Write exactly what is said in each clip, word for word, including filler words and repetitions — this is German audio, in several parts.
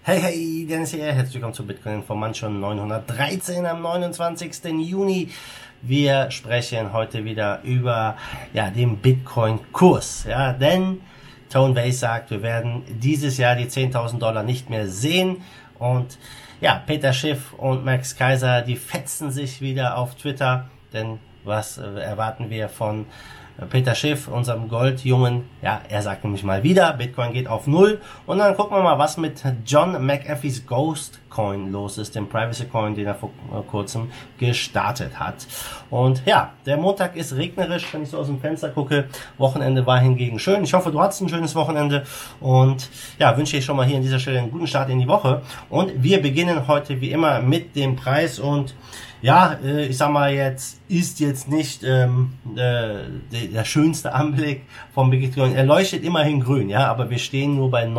Hey, hey, Dennis hier, herzlich willkommen zu Bitcoin Information neunhundertdreizehn am neunundzwanzigsten Juni. Wir sprechen heute wieder über ja, den Bitcoin-Kurs, ja, denn Tone Vays sagt, wir werden dieses Jahr die zehntausend Dollar nicht mehr sehen und ja, Peter Schiff und Max Keiser, die fetzen sich wieder auf Twitter, denn was äh, erwarten wir von Peter Schiff, unserem Goldjungen? Ja, er sagt nämlich mal wieder, Bitcoin geht auf Null. Und dann gucken wir mal, was mit John McAfee's Ghost Coin los ist, dem Privacy Coin, den er vor kurzem gestartet hat. Und ja, der Montag ist regnerisch, wenn ich so aus dem Fenster gucke. Wochenende war hingegen schön. Ich hoffe, du hattest ein schönes Wochenende. Und ja, wünsche ich schon mal hier an dieser Stelle einen guten Start in die Woche. Und wir beginnen heute wie immer mit dem Preis. Und ja, ich sag mal, jetzt ist jetzt nicht ähm, äh, der schönste Anblick vom Bitcoin. Er leuchtet immerhin grün, ja, aber wir stehen nur bei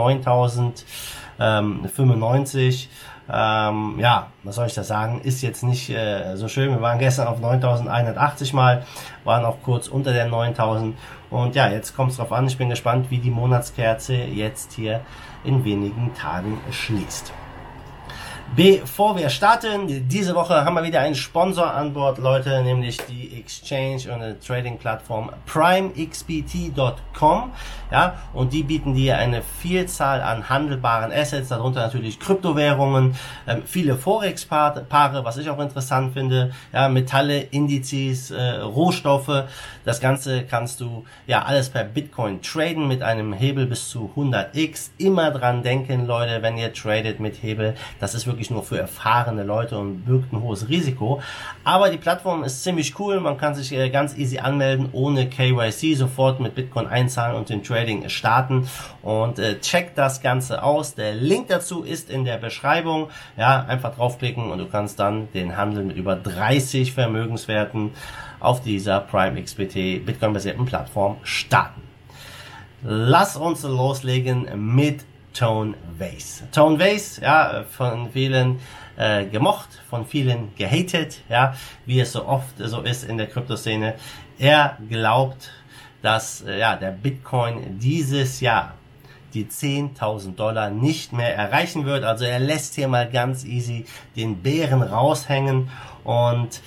neuntausendfünfundneunzig. Ähm, ja, was soll ich da sagen? Ist jetzt nicht äh, so schön. Wir waren gestern auf neuntausendeinhundertachtzig mal, waren auch kurz unter der neuntausend. Und ja, jetzt kommt es drauf an. Ich bin gespannt, wie die Monatskerze jetzt hier in wenigen Tagen schließt. Bevor wir starten, diese Woche haben wir wieder einen Sponsor an Bord, Leute, nämlich die Exchange und eine Trading-Plattform Prime X B T Punkt com, ja, und die bieten dir eine Vielzahl an handelbaren Assets, darunter natürlich Kryptowährungen, ähm, viele Forex-Paare, was ich auch interessant finde, ja, Metalle, Indizes, äh, Rohstoffe, das Ganze kannst du, ja, alles per Bitcoin traden mit einem Hebel bis zu hundert x, immer dran denken, Leute, wenn ihr tradet mit Hebel, das ist wirklich nur für erfahrene Leute und birgt ein hohes Risiko. Aber die Plattform ist ziemlich cool. Man kann sich äh, ganz easy anmelden, ohne K Y C, sofort mit Bitcoin einzahlen und den Trading starten. Und äh, checkt das Ganze aus. Der Link dazu ist in der Beschreibung. Ja, einfach draufklicken und du kannst dann den Handel mit über dreißig Vermögenswerten auf dieser Prime X B T Bitcoin-basierten Plattform starten. Lass uns loslegen mit Tone Vays. Tone Vays, ja, von vielen äh, gemocht, von vielen gehatet, ja, wie es so oft so ist in der Kryptoszene. Er glaubt, dass äh, ja, der Bitcoin dieses Jahr die zehntausend Dollar nicht mehr erreichen wird. Also er lässt hier mal ganz easy den Bären raushängen. Und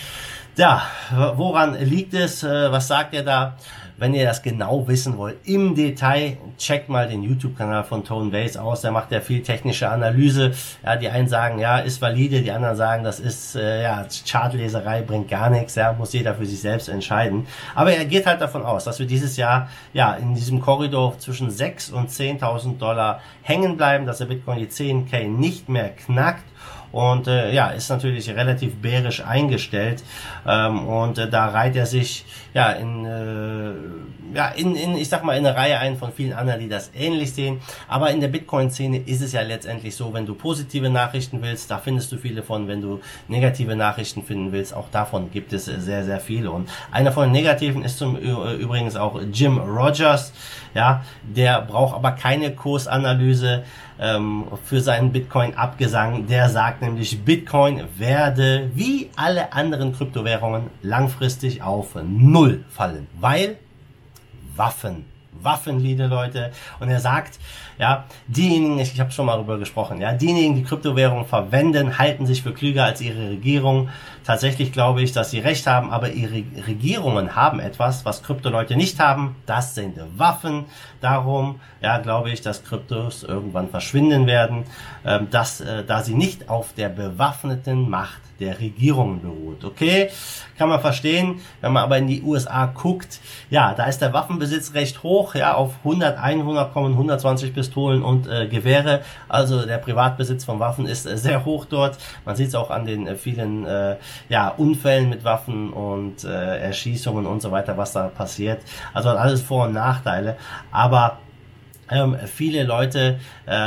ja, woran liegt es? Äh, was sagt er da? Wenn ihr das genau wissen wollt, im Detail, checkt mal den YouTube-Kanal von Tone Vays aus. Da macht er viel technische Analyse. Ja, die einen sagen, ja, ist valide, die anderen sagen, das ist äh, ja Chartleserei, bringt gar nichts. Ja, muss jeder für sich selbst entscheiden. Aber er geht halt davon aus, dass wir dieses Jahr ja in diesem Korridor zwischen sechstausend und zehntausend Dollar hängen bleiben, dass der Bitcoin die zehn K nicht mehr knackt. Und äh, ja, ist natürlich relativ bärisch eingestellt, ähm, und äh, da reiht er sich ja in äh, ja in, in ich sag mal in eine Reihe ein von vielen anderen, die das ähnlich sehen. Aber in der Bitcoin-Szene ist es ja letztendlich so, wenn du positive Nachrichten willst, da findest du viele von. Wenn du negative Nachrichten finden willst, auch davon gibt es sehr sehr viele. Und einer von den negativen ist zum äh, übrigens auch Jim Rogers. Ja, der braucht aber keine Kursanalyse ähm, für seinen Bitcoin-Abgesang. Der sagt nämlich, Bitcoin werde wie alle anderen Kryptowährungen langfristig auf Null fallen, weil Waffen. Waffen, liebe Leute. Und er sagt, ja, diejenigen, ich, ich habe schon mal darüber gesprochen, ja, diejenigen, die Kryptowährungen verwenden, halten sich für klüger als ihre Regierung. Tatsächlich glaube ich, dass sie recht haben, aber ihre Regierungen haben etwas, was Kryptoleute nicht haben. Das sind Waffen. Darum, ja, glaube ich, dass Kryptos irgendwann verschwinden werden, ähm, dass, äh, da sie nicht auf der bewaffneten Macht der Regierungen beruht. Okay, kann man verstehen. Wenn man aber in die U S A guckt, ja, da ist der Waffenbesitz recht hoch, ja, auf hundert, hundert kommen hundertzwanzig Pistolen und äh, Gewehre. Also der Privatbesitz von Waffen ist äh, sehr hoch dort. Man sieht es auch an den äh, vielen äh, ja, Unfällen mit Waffen und äh, Erschießungen und so weiter, was da passiert. Also hat alles Vor- und Nachteile. Aber Ähm, viele Leute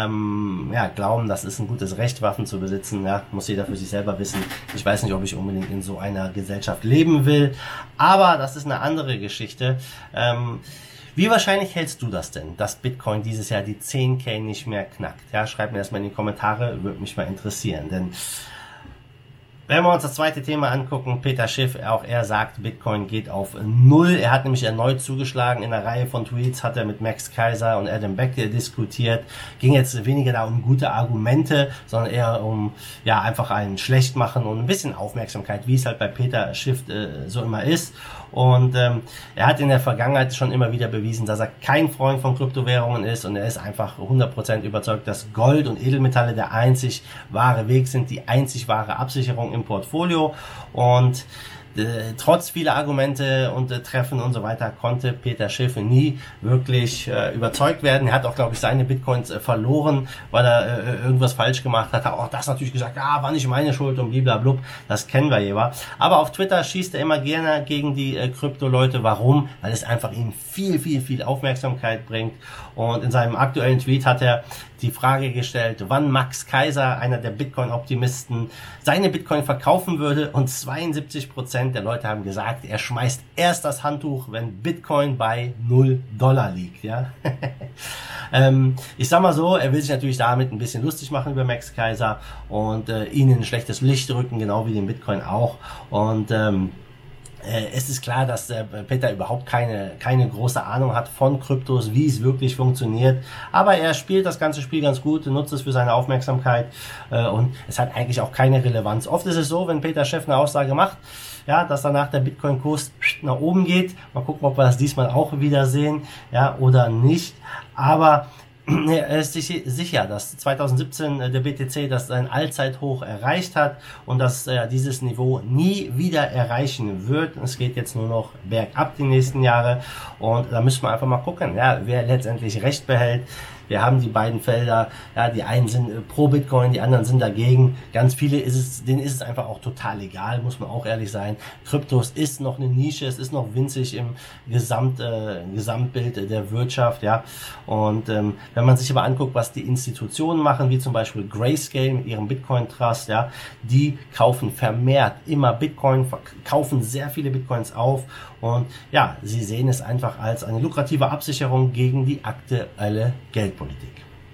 ähm, ja, glauben, das ist ein gutes Recht, Waffen zu besitzen. Ja, muss jeder für sich selber wissen. Ich weiß nicht, ob ich unbedingt in so einer Gesellschaft leben will, aber das ist eine andere Geschichte. Ähm, wie wahrscheinlich hältst du das denn, dass Bitcoin dieses Jahr die zehn K nicht mehr knackt? Ja, schreib mir das mal in die Kommentare, würde mich mal interessieren, denn Wenn wir uns das zweite Thema angucken, Peter Schiff, auch er sagt, Bitcoin geht auf Null. Er hat nämlich erneut zugeschlagen. In einer Reihe von Tweets hat er mit Max Keiser und Adam Back diskutiert. Ging jetzt weniger da um gute Argumente, sondern eher um ja einfach ein Schlechtmachen und ein bisschen Aufmerksamkeit, wie es halt bei Peter Schiff äh, so immer ist. Und ähm, er hat in der Vergangenheit schon immer wieder bewiesen, dass er kein Freund von Kryptowährungen ist, und er ist einfach hundert Prozent überzeugt, dass Gold und Edelmetalle der einzig wahre Weg sind, die einzig wahre Absicherung im Portfolio. Und äh, trotz vieler Argumente und äh, Treffen und so weiter konnte Peter Schiff nie wirklich äh, überzeugt werden. Er hat auch, glaube ich, seine Bitcoins äh, verloren, weil er äh, irgendwas falsch gemacht hat. Hat auch das natürlich gesagt, ah, war nicht meine Schuld und bliblablub. Das kennen wir jeweils. Aber auf Twitter schießt er immer gerne gegen die äh, Krypto-Leute. Warum? Weil es einfach ihm viel, viel, viel Aufmerksamkeit bringt. Und in seinem aktuellen Tweet hat er die Frage gestellt, wann Max Keiser, einer der Bitcoin-Optimisten, seine Bitcoin verkaufen würde, und zweiundsiebzig Prozent der Leute haben gesagt, er schmeißt erst das Handtuch, wenn Bitcoin bei null Dollar liegt. Ja? ähm, ich sag mal so, er will sich natürlich damit ein bisschen lustig machen über Max Keiser und äh, ihnen ein schlechtes Licht rücken, genau wie den Bitcoin auch. Und ähm, es ist klar, dass äh, Peter überhaupt keine keine große Ahnung hat von Kryptos, wie es wirklich funktioniert. Aber er spielt das ganze Spiel ganz gut, nutzt es für seine Aufmerksamkeit äh, und es hat eigentlich auch keine Relevanz. Oft ist es so, wenn Peter Schiff eine Aussage macht, ja, dass danach der Bitcoin-Kurs nach oben geht. Mal gucken, ob wir das diesmal auch wieder sehen, ja, oder nicht. Aber er ist sich sicher, dass zwanzig siebzehn der B T C das sein Allzeithoch erreicht hat und dass er dieses Niveau nie wieder erreichen wird. Es geht jetzt nur noch bergab die nächsten Jahre, und da müssen wir einfach mal gucken, ja, wer letztendlich recht behält. Wir haben die beiden Felder, ja, die einen sind pro Bitcoin, die anderen sind dagegen. Ganz viele ist es, denen ist es einfach auch total egal, muss man auch ehrlich sein. Kryptos ist noch eine Nische, es ist noch winzig im Gesamt, äh, Gesamtbild der Wirtschaft, ja. Und ähm, wenn man sich aber anguckt, was die Institutionen machen, wie zum Beispiel Grayscale mit ihrem Bitcoin Trust, ja, die kaufen vermehrt immer Bitcoin, kaufen sehr viele Bitcoins auf, und ja, sie sehen es einfach als eine lukrative Absicherung gegen die aktuelle Geldpolitik.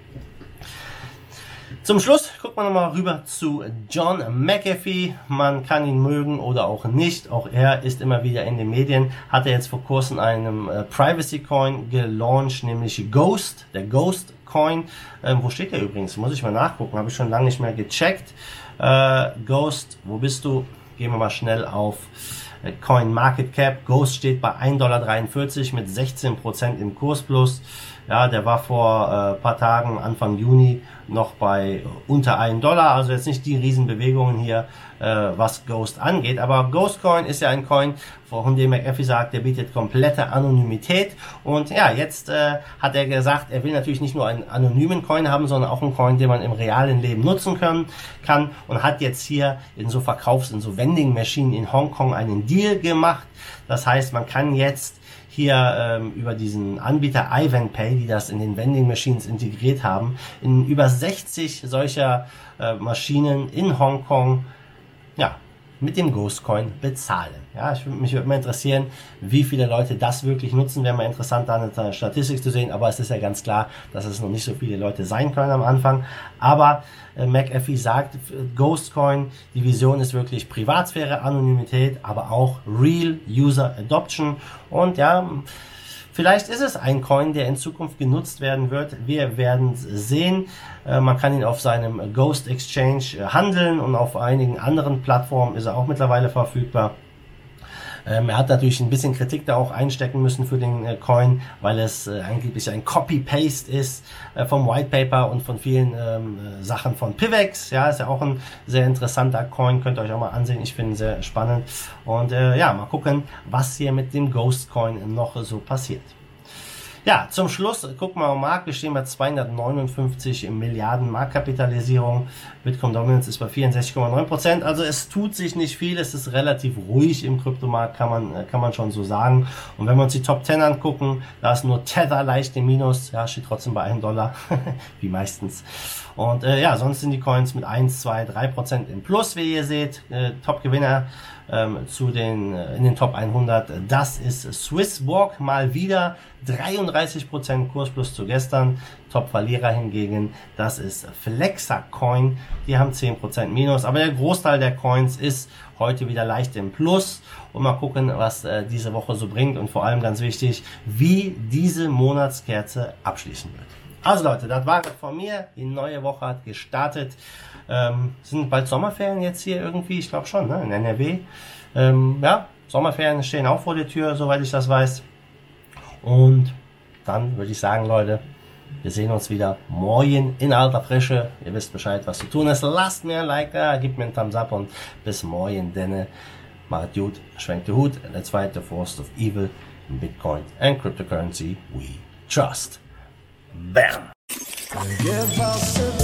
Zum Schluss gucken wir nochmal rüber zu John McAfee. Man kann ihn mögen oder auch nicht. Auch er ist immer wieder in den Medien. Hat er jetzt vor kurzem einen äh, Privacy Coin gelauncht, nämlich Ghost, der Ghost Coin. Ähm, wo steht der übrigens? Muss ich mal nachgucken. Habe ich schon lange nicht mehr gecheckt. Äh, Ghost, wo bist du? Gehen wir mal schnell auf Coin Market Cap. Ghost steht bei ein Komma dreiundvierzig Dollar mit sechzehn Prozent im Kursplus. Ja, der war vor äh, paar Tagen, Anfang Juni, noch bei unter einem Dollar. Also jetzt nicht die Riesenbewegungen hier, äh, was Ghost angeht. Aber Ghost Coin ist ja ein Coin, von dem McAfee sagt, der bietet komplette Anonymität. Und ja, jetzt äh, hat er gesagt, er will natürlich nicht nur einen anonymen Coin haben, sondern auch einen Coin, den man im realen Leben nutzen können, kann. Und hat jetzt hier in so Verkaufs-, in so Vending-Maschinen in Hongkong einen Deal gemacht. Das heißt, man kann jetzt hier ähm, über diesen Anbieter iVenPay, die das in den Vending Machines integriert haben, in über sechzig solcher äh, Maschinen in Hongkong, ja, mit dem Ghost Coin bezahlen. Ja, ich, mich würde mal interessieren, wie viele Leute das wirklich nutzen. Wäre mal interessant, da eine Statistik zu sehen, aber es ist ja ganz klar, dass es noch nicht so viele Leute sein können am Anfang. Aber äh, McAfee sagt, Ghost Coin, die Vision ist wirklich Privatsphäre, Anonymität, aber auch Real User Adoption. Und ja, vielleicht ist es ein Coin, der in Zukunft genutzt werden wird. Wir werden sehen. Man kann ihn auf seinem Ghost Exchange handeln, und auf einigen anderen Plattformen ist er auch mittlerweile verfügbar. Ähm, er hat natürlich ein bisschen Kritik da auch einstecken müssen für den äh, Coin, weil es äh, angeblich ein Copy-Paste ist äh, vom White Paper und von vielen ähm, äh, Sachen von Pivex. Ja, ist ja auch ein sehr interessanter Coin, könnt ihr euch auch mal ansehen. Ich finde ihn sehr spannend. Und äh, ja, mal gucken, was hier mit dem Ghost Coin noch so passiert. Ja, zum Schluss gucken wir am Markt. Wir stehen bei zweihundertneunundfünfzig Milliarden Marktkapitalisierung. Bitcoin Dominance ist bei vierundsechzig Komma neun Prozent. Also es tut sich nicht viel. Es ist relativ ruhig im Kryptomarkt, kann man, kann man schon so sagen. Und wenn wir uns die Top zehn angucken, da ist nur Tether leicht im Minus. Ja, steht trotzdem bei einem Dollar, wie meistens. Und äh, ja, sonst sind die Coins mit eins, zwei, drei Prozent im Plus, wie ihr seht. Äh, Top-Gewinner ähm, zu den, äh, in den Top hundert. Das ist Swisswalk mal wieder. dreiunddreißig einunddreißig Prozent Kurs plus zu gestern. Top-Verlierer hingegen, das ist Flexacoin. Die haben zehn Prozent Minus, aber der Großteil der Coins ist heute wieder leicht im Plus. Und mal gucken, was äh, diese Woche so bringt und vor allem ganz wichtig, wie diese Monatskerze abschließen wird. Also Leute, das war es von mir. Die neue Woche hat gestartet. Ähm, sind bald Sommerferien jetzt hier irgendwie? Ich glaube schon, ne? In N R W. Ähm, ja, Sommerferien stehen auch vor der Tür, soweit ich das weiß. Und dann würde ich sagen, Leute, wir sehen uns wieder morgen in alter Frische. Ihr wisst Bescheid, was zu tun ist. Lasst mir ein Like da, gebt mir einen Thumbs up und bis morgen, denn macht gut, schwenkt den Hut. Let's fight the force of evil in Bitcoin and cryptocurrency we trust. Bam!